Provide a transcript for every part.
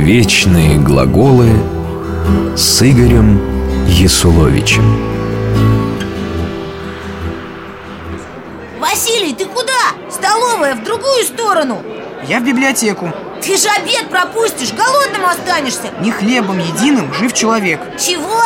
Вечные глаголы с Игорем Ясуловичем. Василий, ты куда? Столовая в другую сторону. Я в библиотеку. Ты же обед пропустишь, голодным останешься. Не хлебом единым жив человек. Чего?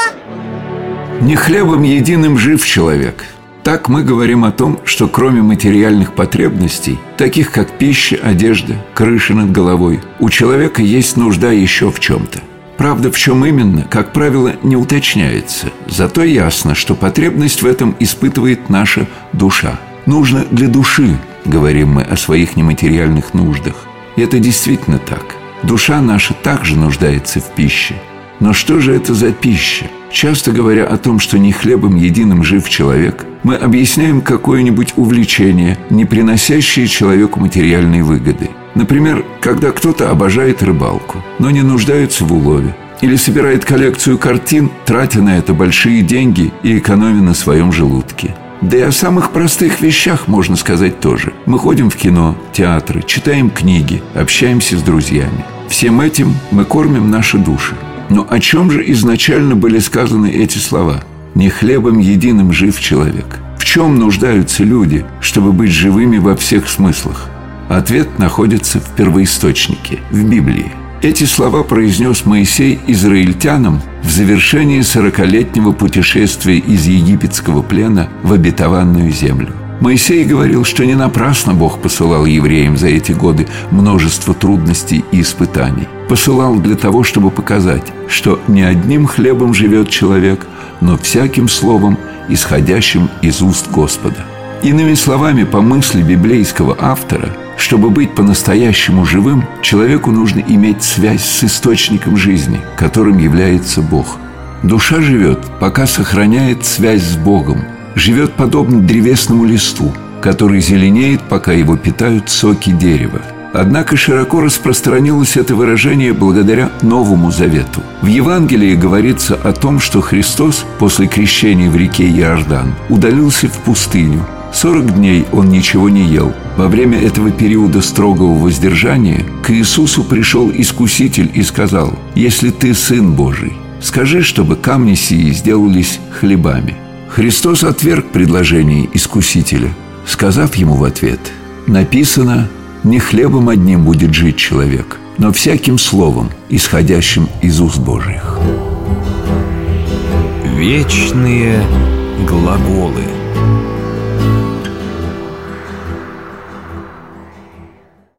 Не хлебом единым жив человек. Так мы говорим о том, что кроме материальных потребностей, таких как пища, одежда, крыша над головой, у человека есть нужда еще в чем-то. Правда, в чем именно, как правило, не уточняется. Зато ясно, что потребность в этом испытывает наша душа. Нужно для души, говорим мы о своих нематериальных нуждах. И это действительно так. Душа наша также нуждается в пище. Но что же это за пища? Часто говоря о том, что не хлебом единым жив человек, мы объясняем какое-нибудь увлечение, не приносящее человеку материальной выгоды. Например, когда кто-то обожает рыбалку, но не нуждается в улове, или собирает коллекцию картин, тратя на это большие деньги и экономя на своем желудке. Да и о самых простых вещах можно сказать тоже. Мы ходим в кино, театры, читаем книги, общаемся с друзьями. Всем этим мы кормим наши души. Но о чем же изначально были сказаны эти слова? «Не хлебом единым жив человек». В чем нуждаются люди, чтобы быть живыми во всех смыслах? Ответ находится в первоисточнике, в Библии. Эти слова произнес Моисей израильтянам в завершении 40-летнего путешествия из египетского плена в обетованную землю. Моисей говорил, что не напрасно Бог посылал евреям за эти годы множество трудностей и испытаний. Посылал для того, чтобы показать, что не одним хлебом живет человек, но всяким словом, исходящим из уст Господа. Иными словами, по мысли библейского автора, чтобы быть по-настоящему живым, человеку нужно иметь связь с источником жизни, которым является Бог. Душа живет, пока сохраняет связь с Богом, живет подобно древесному листу, который зеленеет, пока его питают соки дерева. Однако широко распространилось это выражение благодаря Новому Завету. В Евангелии говорится о том, что Христос после крещения в реке Иордан удалился в пустыню. 40 дней он ничего не ел. Во время этого периода строгого воздержания к Иисусу пришел Искуситель и сказал: «Если ты Сын Божий, скажи, чтобы камни сии сделались хлебами». Христос отверг предложение Искусителя, сказав ему в ответ: «Написано, не хлебом одним будет жить человек, но всяким словом, исходящим из уст Божьих». Вечные глаголы.